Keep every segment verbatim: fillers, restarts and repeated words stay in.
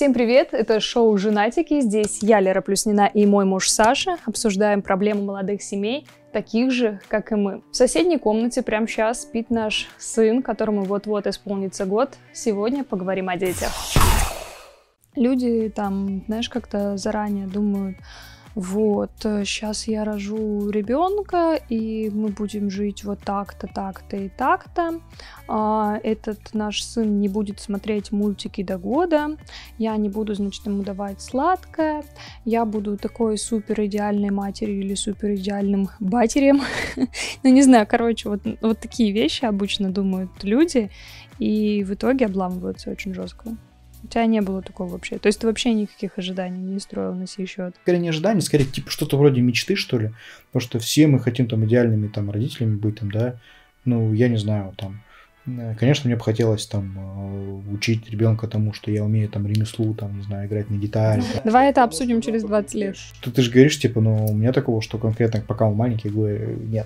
Всем привет, это шоу «Женатики». Здесь я, Лера Плюснина, и мой муж Саша обсуждаем проблемы молодых семей, таких же, как и мы. В соседней комнате прямо сейчас спит наш сын, которому вот-вот исполнится год. Сегодня поговорим о детях. Люди там, знаешь, как-то заранее думают: вот, сейчас я рожу ребенка, и мы будем жить вот так-то, так-то и так-то. А, этот наш сын не будет смотреть мультики до года, я не буду, значит, ему давать сладкое, я буду такой супер идеальной матерью или супер идеальным батерем. Ну, не знаю, короче, вот, вот такие вещи обычно думают люди, и в итоге обламываются очень жестко. У тебя не было такого вообще? То есть ты вообще никаких ожиданий не строил на сей счет? Скорее не ожидания, скорее типа что-то вроде мечты, что ли. Потому что все мы хотим там идеальными там родителями быть, там, да. Ну, я не знаю, там. Конечно, мне бы хотелось там учить ребенка тому, что я умею там ремеслу, там, не знаю, играть на гитаре. Давай это обсудим через двадцать лет. Ты, ты же говоришь, типа, ну, у меня такого, что конкретно пока он маленький, говорю, нет.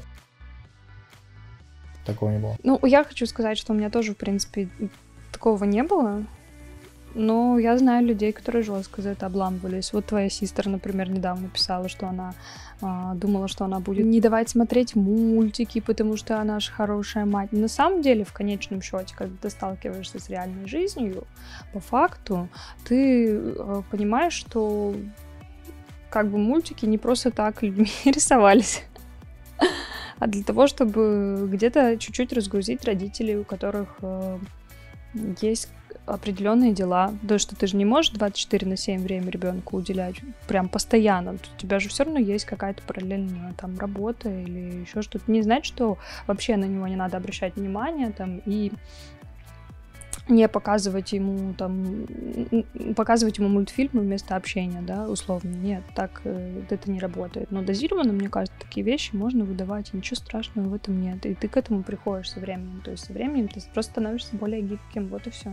Такого не было. Ну, я хочу сказать, что у меня тоже, в принципе, такого не было. Но я знаю людей, которые жестко за это обламывались. Вот твоя сестра, например, недавно писала, что она э, думала, что она будет не давать смотреть мультики, потому что она же хорошая мать. Но на самом деле, в конечном счете, когда ты сталкиваешься с реальной жизнью, по факту, ты э, понимаешь, что как бы мультики не просто так людьми рисовались, а для того, чтобы где-то чуть-чуть разгрузить родителей, у которых э, есть определенные дела. То, что ты же не можешь двадцать четыре на семь время ребенку уделять прям постоянно. У тебя же все равно есть какая-то параллельная там работа или еще что-то. Не значит, что вообще на него не надо обращать внимание там и не показывать ему там показывать ему мультфильмы вместо общения, да, условно. Нет, так э, это не работает. Но дозированно, мне кажется, такие вещи можно выдавать, и ничего страшного в этом нет. И ты к этому приходишь со временем. То есть со временем ты просто становишься более гибким, вот и все.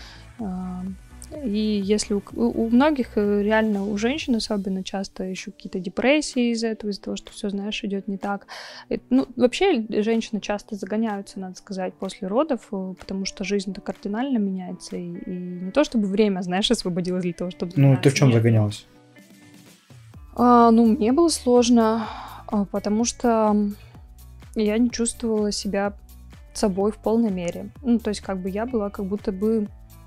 И если у, у многих, реально у женщин особенно, часто еще какие-то депрессии из-за этого, из-за того, что все, знаешь, идет не так. Ну, вообще женщины часто загоняются, надо сказать, после родов, потому что жизнь-то кардинально меняется. И, и не то, чтобы время, знаешь, освободилось для того, чтобы... Ну, ты в чем загонялась? А, ну, мне было сложно, потому что я не чувствовала себя собой в полной мере. Ну, то есть, как бы я была как будто бы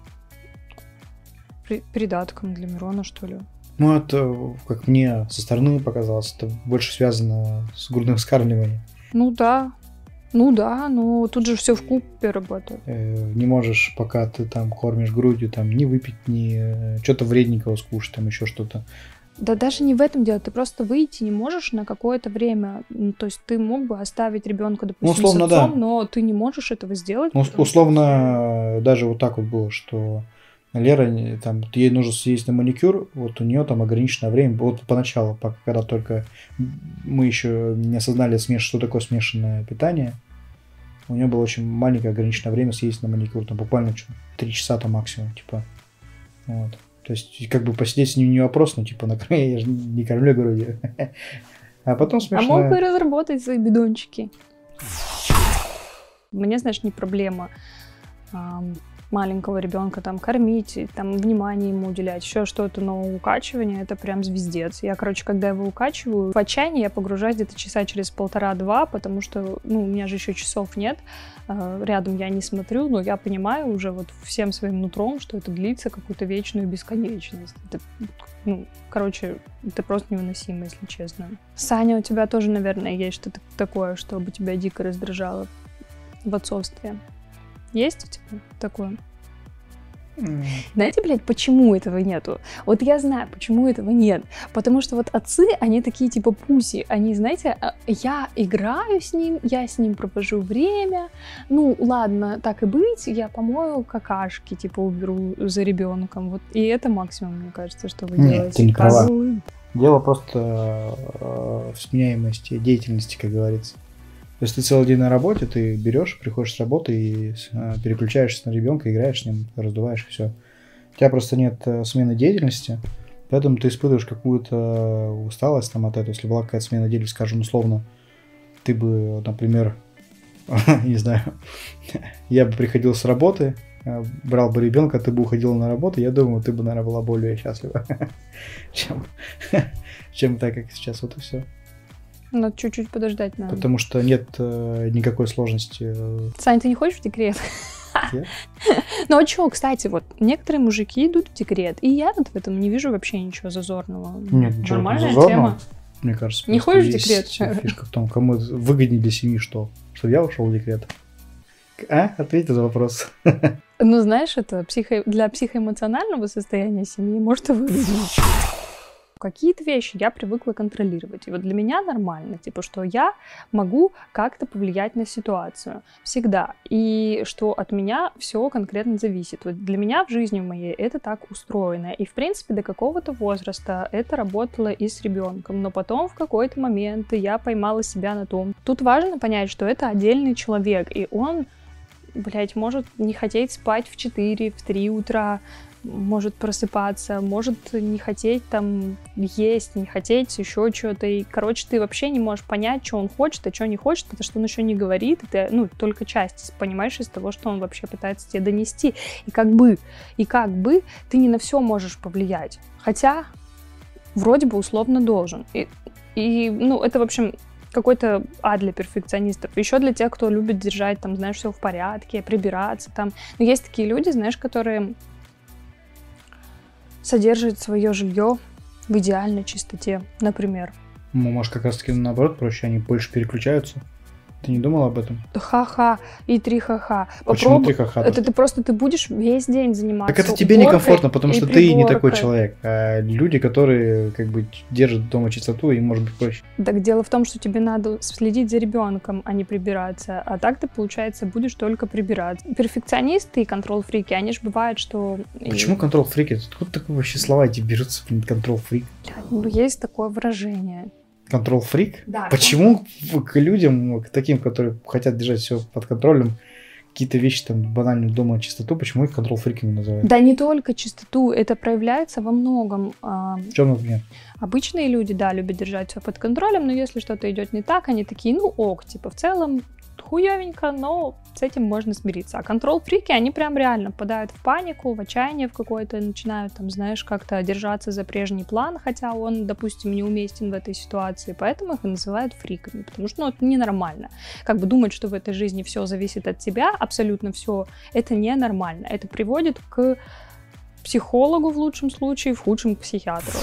придатком для Мирона, что ли. Ну, это, как мне со стороны показалось, это больше связано с грудным вскармливанием. Ну да, ну да, но тут же все вкупе работает. Э, не можешь, пока ты там кормишь грудью, там, ни выпить, ни что-то вредненького скушать, там, еще что-то. Да даже не в этом дело, ты просто выйти не можешь на какое-то время. Ну, то есть ты мог бы оставить ребенка, допустим, ну, условно, с отцом, да. Но ты не можешь этого сделать. Ну, условно, что... даже вот так вот было, что Лера, там, ей нужно съездить на маникюр, вот у нее там ограниченное время, вот поначалу, пока, когда только мы еще не осознали, что такое смешанное питание, у нее было очень маленькое ограниченное время съездить на маникюр, там буквально три часа там максимум, типа, вот. То есть, как бы посидеть с ним не вопрос, но типа, накрой, я же не кормлю грудью. А потом смешно. А мог бы разработать свои бидончики. Мне, знаешь, не проблема маленького ребенка там кормить, там внимание ему уделять, еще что-то, но укачивание — это прям звездец. Я, короче, когда его укачиваю, в отчаяние я погружаюсь где-то часа через полтора-два, потому что, ну, у меня же еще часов нет, рядом я не смотрю, но я понимаю уже вот всем своим нутром, что это длится какую-то вечную бесконечность. Это, ну, короче, это просто невыносимо, если честно. Саня, у тебя тоже, наверное, есть что-то такое, чтобы тебя дико раздражало в отцовстве? Есть у тебя такое? Mm. Знаете, блядь, почему этого нету? Вот я знаю, почему этого нет. Потому что вот отцы, они такие типа пуси. Они, знаете, я играю с ним, я с ним провожу время. Ну, ладно, так и быть, я помою какашки, типа уберу за ребенком. Вот. И это максимум, мне кажется, что вы Нет, делаете. Ты не права. Дело просто в сменяемости деятельности, как говорится. То есть ты целый день на работе, ты берешь, приходишь с работы и переключаешься на ребенка, играешь с ним, раздуваешь, и все. У тебя просто нет смены деятельности, поэтому ты испытываешь какую-то усталость там от этого. Если была какая-то смена деятельности, скажем, условно, ты бы, например, не знаю, я бы приходил с работы, брал бы ребенка, ты бы уходила на работу, я думаю, ты бы, наверное, была более счастлива, чем, чем так, как сейчас. Вот и все. Надо чуть-чуть подождать надо. Потому что нет э, никакой сложности. Сань, ты не хочешь в декрет? Нет? Ну а что, кстати, вот некоторые мужики идут в декрет, и я вот в этом не вижу вообще ничего зазорного. Нет, ничего Нормальная зазорного. тема. Мне кажется, не ходишь в декрет? Фишка в том, кому выгоднее для семьи что? Что я ушел в декрет. А? Ответьте на вопрос. Ну, знаешь, это психо... для психоэмоционального состояния семьи может и выгоднее. Какие-то вещи я привыкла контролировать. И вот для меня нормально, типа, что я могу как-то повлиять на ситуацию. Всегда. И что от меня все конкретно зависит. Вот для меня в жизни моей это так устроено. И, в принципе, до какого-то возраста это работало и с ребенком. Но потом в какой-то момент я поймала себя на том. Тут важно понять, что это отдельный человек. И он, блядь, может не хотеть спать в четыре, в три утра, может просыпаться, может не хотеть там есть, не хотеть еще что-то. И, короче, ты вообще не можешь понять, что он хочет, а что не хочет, потому что он еще не говорит. И ты, ну, только часть понимаешь из того, что он вообще пытается тебе донести. И как бы, и как бы ты не на все можешь повлиять. Хотя вроде бы условно должен. И, и ну, это, в общем, какой-то ад для перфекционистов. Еще для тех, кто любит держать, там, знаешь, все в порядке, прибираться там. Но есть такие люди, знаешь, которые содержит свое жилье в идеальной чистоте, например. Ну, может, как раз-таки наоборот проще, они больше переключаются. Ты не думала об этом? Ха-ха и три ха-ха. Почему три ха-ха? Это ты просто ты будешь весь день заниматься. Так это тебе некомфортно, потому что ты не такой человек. А люди, которые как бы держат дома чистоту, им может быть проще. Так дело в том, что тебе надо следить за ребенком, а не прибираться. А так ты, получается, будешь только прибираться. Перфекционисты и контрол-фрики, они же бывают, что... Почему контрол-фрики? Откуда такие вообще слова эти берутся, блин, контрол-фрик? Ну, есть такое выражение. Контрол-фрик? Да. Почему к людям, к таким, которые хотят держать все под контролем, какие-то вещи, там, банальную дома чистоту, почему их контрол-фриками называют? Да не только чистоту, это проявляется во многом. В чем, например? Обычные люди, да, любят держать все под контролем, но если что-то идет не так, они такие, ну ок, типа в целом хуёвенько, но с этим можно смириться. А контрол-фрики, они прям реально попадают в панику, в отчаяние в какое-то, начинают там, знаешь, как-то держаться за прежний план, хотя он, допустим, неуместен в этой ситуации, поэтому их и называют фриками, потому что, ну, это ненормально. Как бы думать, что в этой жизни все зависит от тебя, абсолютно все, это ненормально. Это приводит к психологу в лучшем случае, в худшем к психиатру.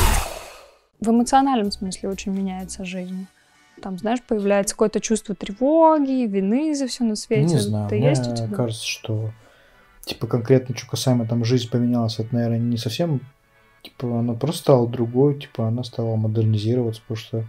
В эмоциональном смысле очень меняется жизнь. Там, знаешь, появляется какое-то чувство тревоги, вины за все на свете. Не знаю, это мне есть у тебя? Кажется, что типа конкретно, что касаемо там жизнь поменялась, это, наверное, не совсем, типа, она просто стала другой, типа, она стала модернизироваться, потому что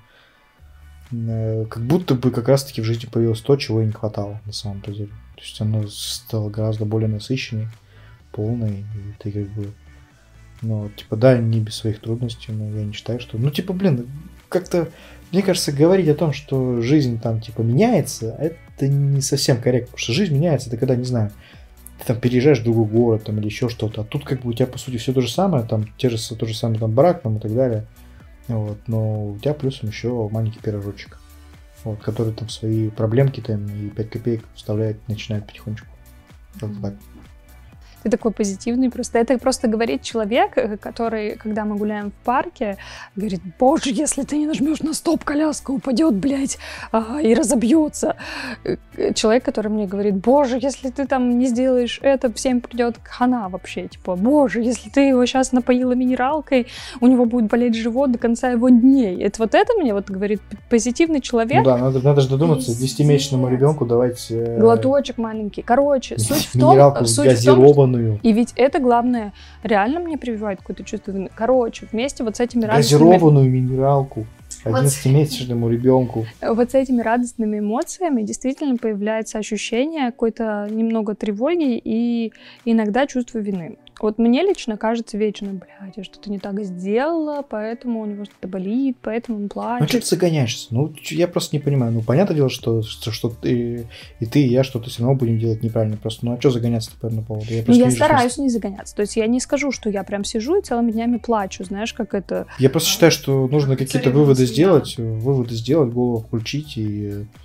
э, как будто бы как раз-таки в жизни появилось то, чего ей не хватало, на самом деле. То есть она стала гораздо более насыщенной, полной, и ты как бы, ну, типа, да, не без своих трудностей, но я не считаю, что, ну, типа, блин, как-то, мне кажется, говорить о том, что жизнь там, типа, меняется, это не совсем корректно, потому что жизнь меняется, это когда, не знаю, ты там переезжаешь в другой город, там, или еще что-то, а тут, как бы, у тебя, по сути, все то же самое, там, те же, то же самое, там, брак, там, и так далее, вот, но у тебя плюсом еще маленький пирожочек, вот, который там свои проблемки, там, и пять копеек вставляет, начинает потихонечку, вот так. Ты такой позитивный просто. Это просто говорит человек, который, когда мы гуляем в парке, говорит: боже, если ты не нажмешь на стоп, коляска упадет, блядь, ага, и разобьется. Человек, который мне говорит: боже, если ты там не сделаешь это, всем придет хана вообще. Типа, боже, если ты его сейчас напоила минералкой, у него будет болеть живот до конца его дней. Это вот это мне вот говорит позитивный человек. Ну да, надо, надо же додуматься, десятимесячному ребенку давать... Э... глоточек маленький. Короче, суть в том... Минералку суть газированную. И ведь это, главное, реально мне прививает какое-то чувство вины. Короче, вместе вот с этими газированную радостными... Газированную минералку одиннадцатимесячному ребенку. Вот с этими радостными эмоциями действительно появляется ощущение какой-то немного тревоги и иногда чувство вины. Вот мне лично кажется вечно, блядь, я что-то не так сделала, поэтому у него что-то болит, поэтому он плачет. Ну что ты загоняешься? Ну, я просто не понимаю. Ну, понятное дело, что, что, что ты, и ты, и я что-то все равно будем делать неправильно. Просто, ну, а что загоняться по этому поводу? Я, ну, я не стараюсь смысла. не загоняться. То есть я не скажу, что я прям сижу и целыми днями плачу, знаешь, как это... Я просто считаю, что нужно какие-то выводы сделать, выводы сделать, голову включить и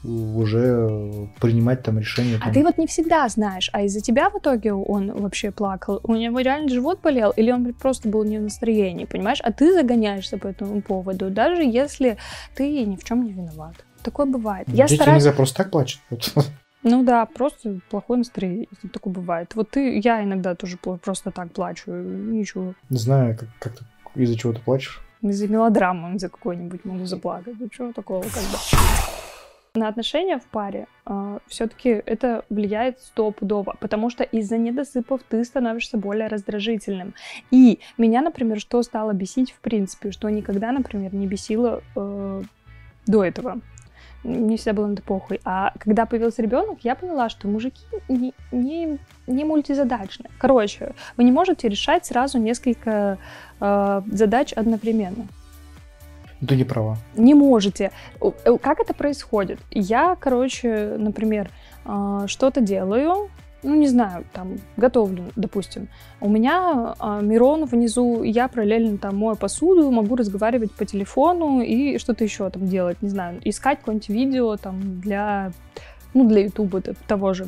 уже принимать там решение. Там. А ты вот не всегда знаешь, а из-за тебя в итоге он вообще плакал? У него реально живот болел, или он просто был не в настроении, понимаешь? А ты загоняешься по этому поводу, даже если ты ни в чем не виноват. Такое бывает. Дети Я стараюсь... иногда просто так плачут. Ну да, просто плохое настроение, если такое бывает. Вот ты, я иногда тоже просто так плачу, ничего. Не знаю, как, как ты, из-за чего ты плачешь. Из-за мелодрамы, из-за какой-нибудь могу заплакать. Ну чего такого как бы. На отношения в паре э, все-таки это влияет стопудово, потому что из-за недосыпов ты становишься более раздражительным. И меня, например, что стало бесить в принципе, что никогда, например, не бесило э, до этого. Мне всегда было на это похуй. А когда появился ребенок, я поняла, что мужики не, не, не мультизадачны. Короче, вы не можете решать сразу несколько э, задач одновременно. Ты не права. Не можете. Как это происходит? Я, короче, например, э, что-то делаю, ну, не знаю, там, готовлю, допустим. У меня а, Мирон внизу, я параллельно там мою посуду, могу разговаривать по телефону и что-то еще там делать, не знаю, искать какое-нибудь видео там для, ну, для Ютуба того же.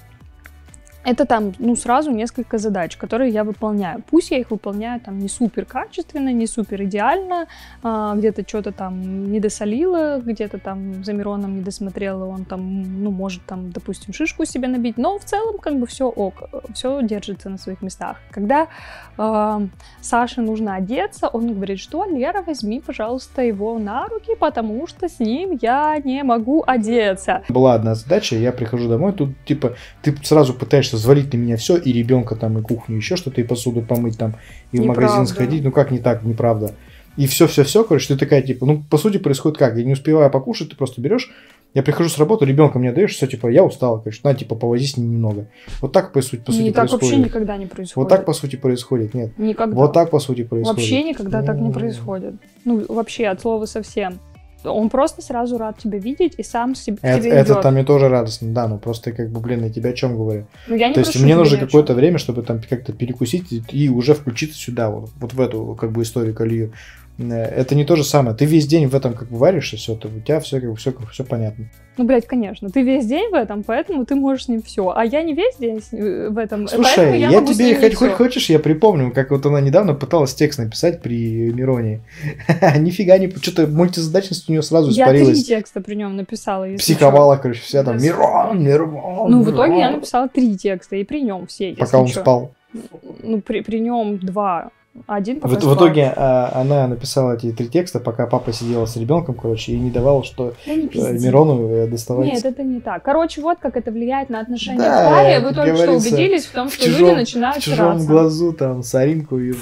Это там, ну, сразу несколько задач, которые я выполняю. Пусть я их выполняю там не супер качественно, не супер идеально, а, где-то что-то там не досолила, где-то там за Мироном не досмотрела, он там, ну, может там, допустим, шишку себе набить, но в целом как бы все ок, все держится на своих местах. Когда э, Саше нужно одеться, он говорит, что Лера, возьми, пожалуйста, его на руки, потому что с ним я не могу одеться. Была одна задача, я прихожу домой, тут типа ты сразу пытаешься взвалить на меня все, и ребенка там, и кухню, еще что-то, и посуду помыть там, и в Неправда. магазин сходить, ну как не так, неправда. И все-все-все, короче, ты такая, типа, ну, по сути, происходит как? Я не успеваю покушать, ты просто берешь, я прихожу с работы, ребенка мне даешь, все, типа, я устала, короче, на, типа, повози с ним немного. Вот так, по сути, по сути, не так происходит. вообще никогда не происходит. Вот так, по сути, происходит, нет. Никогда. Вот так, по сути, происходит. Вообще никогда так не происходит. Ну, вообще, от слова совсем. Он просто сразу рад тебя видеть и сам себе, это, к тебе это идет. там мне тоже радостно, да, ну просто как бы, блин, я тебе о чем говорю. Ну, я не То есть прошу мне тебя нужно ни о какое-то чем. время, чтобы там как-то перекусить и, и уже включиться сюда, вот, вот в эту как бы историю, колею. Это не то же самое. Ты весь день в этом как бы варишься, все, у тебя все, как бы, все, все понятно. Ну, блядь, конечно. Ты весь день в этом, поэтому ты можешь с ним все. А я не весь день в этом. Слушай, я, я могу тебе хоть, хоть всё. хочешь, я припомню, как вот она недавно пыталась текст написать при Мироне. Нифига не... Что-то мультизадачность у нее сразу Я испарилась. три текста при нем написала. Если Психовала, короче, вся там Да. Мирон, Мирон. Ну, в итоге Мирон. я написала три текста, и при нем все. Пока если он чё. спал. Ну, при, при нем два. Один пока В, в спал. итоге а, она написала эти три текста, пока папа сидела с ребенком, короче, и не давала, что Да не э, пизди. Мирону э, доставать. Нет, это не так. Короче, вот как это влияет на отношения Да, в паре. Вы как только что говорится, убедились в том, в что чужом, люди начинают в чужом ссориться. глазу там соринку вижу.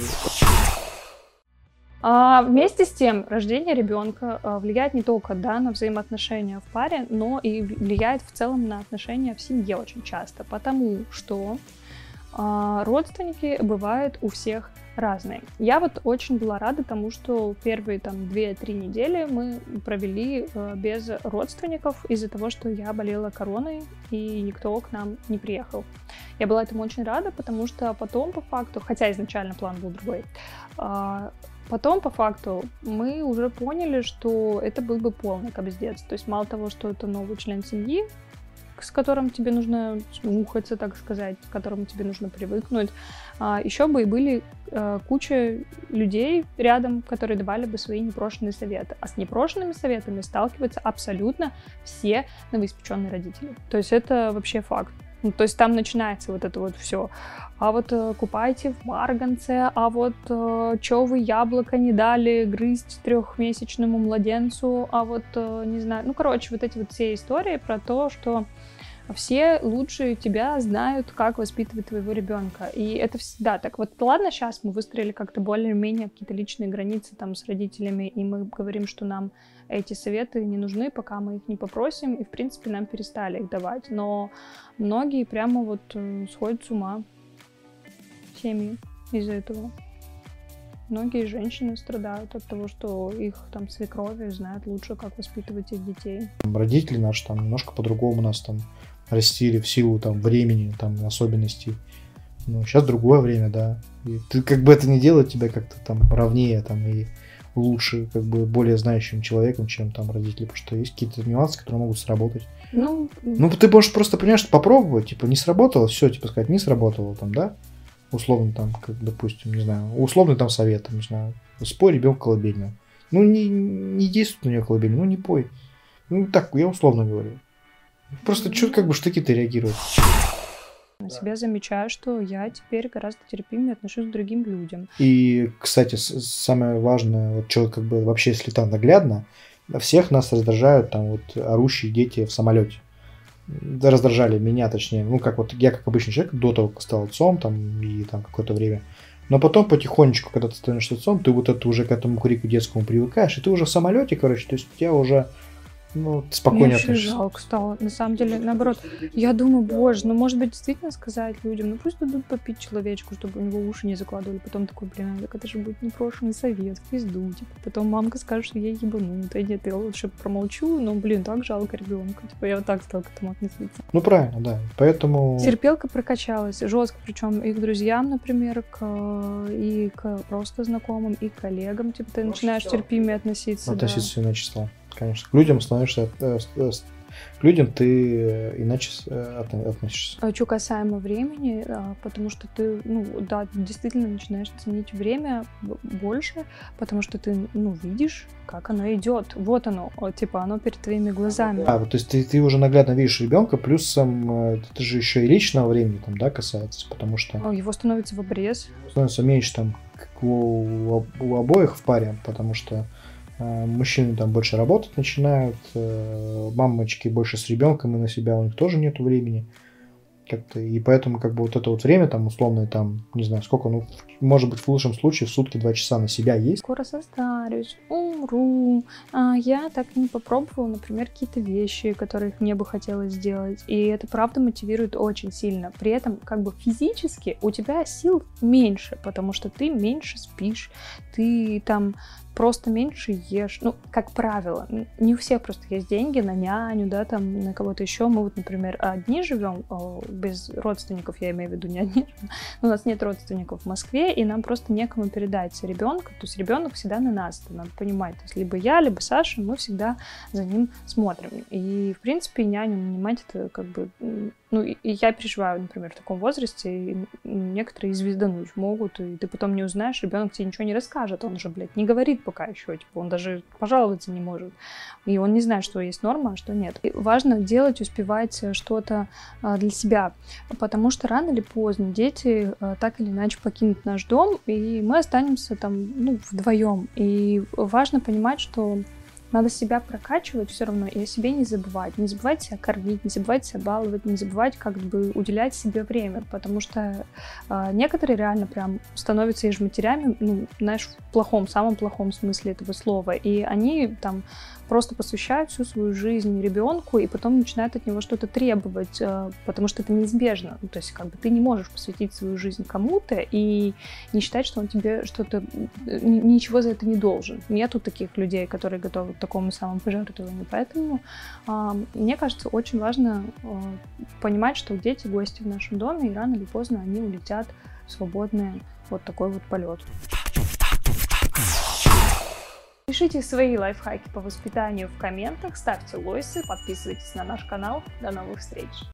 А вместе с тем, рождение ребенка а, влияет не только, да, на взаимоотношения в паре, но и влияет в целом на отношения в семье очень часто, потому что а, родственники бывают у всех разные. Я вот очень была рада тому, что первые там две-три недели мы провели э, без родственников из-за того, что я болела короной и никто к нам не приехал. Я была этому очень рада, потому что потом по факту, хотя изначально план был другой, э, потом по факту мы уже поняли, что это был бы полный кабздец. То есть мало того, что это новый член семьи, с которым тебе нужно ухаться, так сказать, к которому тебе нужно привыкнуть. А, еще бы и были а, куча людей рядом, которые давали бы свои непрошенные советы. А с непрошенными советами сталкиваются абсолютно все новоиспеченные родители. То есть это вообще факт. Ну, то есть там начинается вот это вот все. А вот э, купайте в марганце, а вот э, чё вы яблоко не дали грызть трехмесячному младенцу, а вот, э, не знаю, ну, короче, вот эти вот все истории про то, что все лучше тебя знают, как воспитывать твоего ребенка. И это всегда так. Вот ладно, сейчас мы выстроили как-то более-менее какие-то личные границы там с родителями, и мы говорим, что нам эти советы не нужны, пока мы их не попросим, и, в принципе, нам перестали их давать. Но многие прямо вот э, сходят с ума, семьи, из-за этого. Многие женщины страдают от того, что их там свекрови знают лучше, как воспитывать их детей. Родители наши там немножко по-другому нас там растили в силу там времени, там особенностей. Ну, сейчас другое время, да. И ты как бы это не делает тебя как-то там ровнее там и лучше, как бы более знающим человеком, чем там родители, потому что есть какие-то нюансы, которые могут сработать. Ну, ну ты можешь просто, понимаешь, попробовать, типа, не сработало, все, типа, сказать, не сработало, там, да, условно, там, как, допустим, не знаю, условный там совет, там, не знаю, спой ребенка колыбельную. Ну, не, не действует на нее колыбельную, ну, не пой. Ну, так, я условно говорю. Просто что-то как бы штыки-то реагируют. На себя замечаю, что я теперь гораздо терпимее отношусь к другим людям. И, кстати, самое важное, вот что как бы вообще, если там наглядно, всех нас раздражают там вот орущие дети в самолете. Да, раздражали меня, точнее. Ну, как вот я, как обычный человек, до того, как стал отцом, там, и там какое-то время. Но потом потихонечку, когда ты становишься отцом, ты вот это уже к этому крику детскому привыкаешь, и ты уже в самолете, короче, то есть у тебя уже ну, спокойно относишься. Мне вообще жалко стало. На самом деле, наоборот, я думаю, боже, ну, может быть, действительно сказать людям, ну, пусть дадут попить человечку, чтобы у него уши не закладывали. Потом такой, блин, так это же будет непрошенный совет, в пизду, типа. Потом мамка скажет, что я ебанутая. Нет, я лучше промолчу, но, блин, так жалко ребенка. Типа, я вот так стала к этому относиться. Ну, правильно, да. Поэтому... Терпелка прокачалась жестко, причем и к друзьям, например, к, и к просто знакомым, и к коллегам. Типа, ты начинаешь терпимее относиться. Относиться да. Иначе стал. Конечно. К людям становишься... К людям ты иначе относишься. Что касаемо времени, потому что ты, ну, да, действительно начинаешь ценить время больше, потому что ты, ну, видишь, как оно идет. Вот оно, типа, оно перед твоими глазами. А, то есть ты, ты уже наглядно видишь ребенка, плюсом это же еще и личного времени там, да, касается, потому что... Его становится в обрез. Становится меньше там у, у обоих в паре, потому что мужчины там больше работать начинают, мамочки больше с ребенком, и на себя у них тоже нету времени. Как-то, и поэтому как бы вот это вот время там условное там, не знаю, сколько, ну, может быть, в лучшем случае в сутки два часа на себя есть. Скоро состарюсь, умру. А я так и не попробовала, например, какие-то вещи, которые мне бы хотелось сделать. И это правда мотивирует очень сильно. При этом как бы физически у тебя сил меньше, потому что ты меньше спишь, ты там просто меньше ешь. Ну, как правило, не у всех просто есть деньги на няню, да, там, на кого-то еще. Мы вот, например, одни живем, без родственников, я имею в виду не одни, у нас нет родственников в Москве, и нам просто некому передать ребенка, то есть ребенок всегда на нас, это надо понимать. То есть либо я, либо Саша, мы всегда за ним смотрим. И, в принципе, няню нанимать это как бы... Ну, и я переживаю, например, в таком возрасте, и некоторые звездануть могут, и ты потом не узнаешь, ребенок тебе ничего не расскажет, он же, блядь, не говорит пока еще, типа, он даже пожаловаться не может, и он не знает, что есть норма, а что нет. И важно делать, успевать что-то для себя, потому что рано или поздно дети так или иначе покинут наш дом, и мы останемся там, ну, вдвоем, и важно понимать, что надо себя прокачивать все равно и о себе не забывать. Не забывать себя кормить, не забывать себя баловать, не забывать как бы уделять себе время, потому что э, некоторые реально прям становятся ежематерями, ну, знаешь, в плохом, самом плохом смысле этого слова, и они там просто посвящают всю свою жизнь ребенку и потом начинают от него что-то требовать, э, потому что это неизбежно. Ну, то есть как бы ты не можешь посвятить свою жизнь кому-то и не считать, что он тебе что-то, ничего за это не должен. Нету таких людей, которые готовы к такому самопожертвованию. Поэтому э, мне кажется, очень важно э, понимать, что дети гости в нашем доме, и рано или поздно они улетят в свободный вот такой вот полет. Пишите свои лайфхаки по воспитанию в комментах, ставьте лойсы, подписывайтесь на наш канал. До новых встреч!